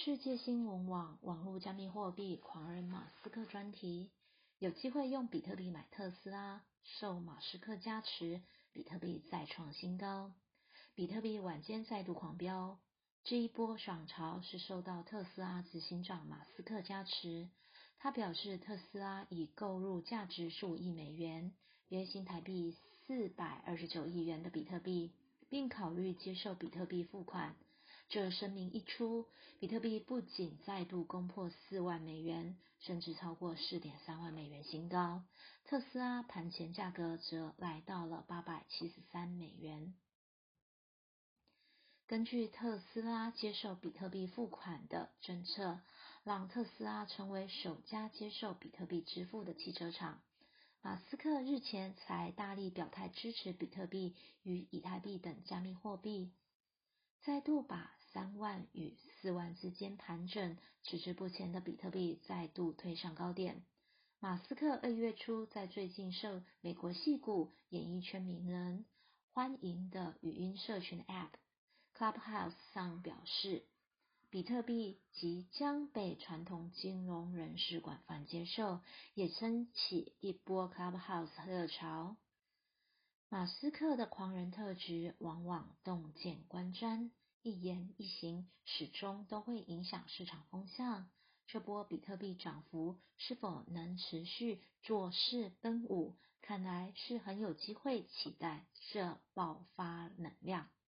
世界新闻网网络加密货币狂人马斯克专题，有机会用比特币买特斯拉，受马斯克加持，比特币再创新高。比特币晚间再度狂飙，这一波涨潮是受到特斯拉执行长马斯克加持。他表示，特斯拉已购入价值15亿美元，约新台币429亿元的比特币，并考虑接受比特币付款。这声明一出，比特币不仅再度攻破4万美元，甚至超过4.3万美元新高。特斯拉盘前价格则来到了873美元。根据特斯拉接受比特币付款的政策，让特斯拉成为首家接受比特币支付的汽车厂。马斯克日前才大力表态支持比特币与以太币等加密货币，再度把3万与4万之间盘整、迟滞不前的比特币再度推上高点。马斯克2月初在最近受美国矽谷演艺圈名人欢迎的语音社群 App Clubhouse 上表示，比特币即将被传统金融人士广泛接受，也撑起一波 Clubhouse 热潮。马斯克的狂人特质往往洞见观瞻，一言一行始终都会影响市场风向。这波比特币涨幅是否能持续作势奔舞，看来是很有机会期待这爆发能量。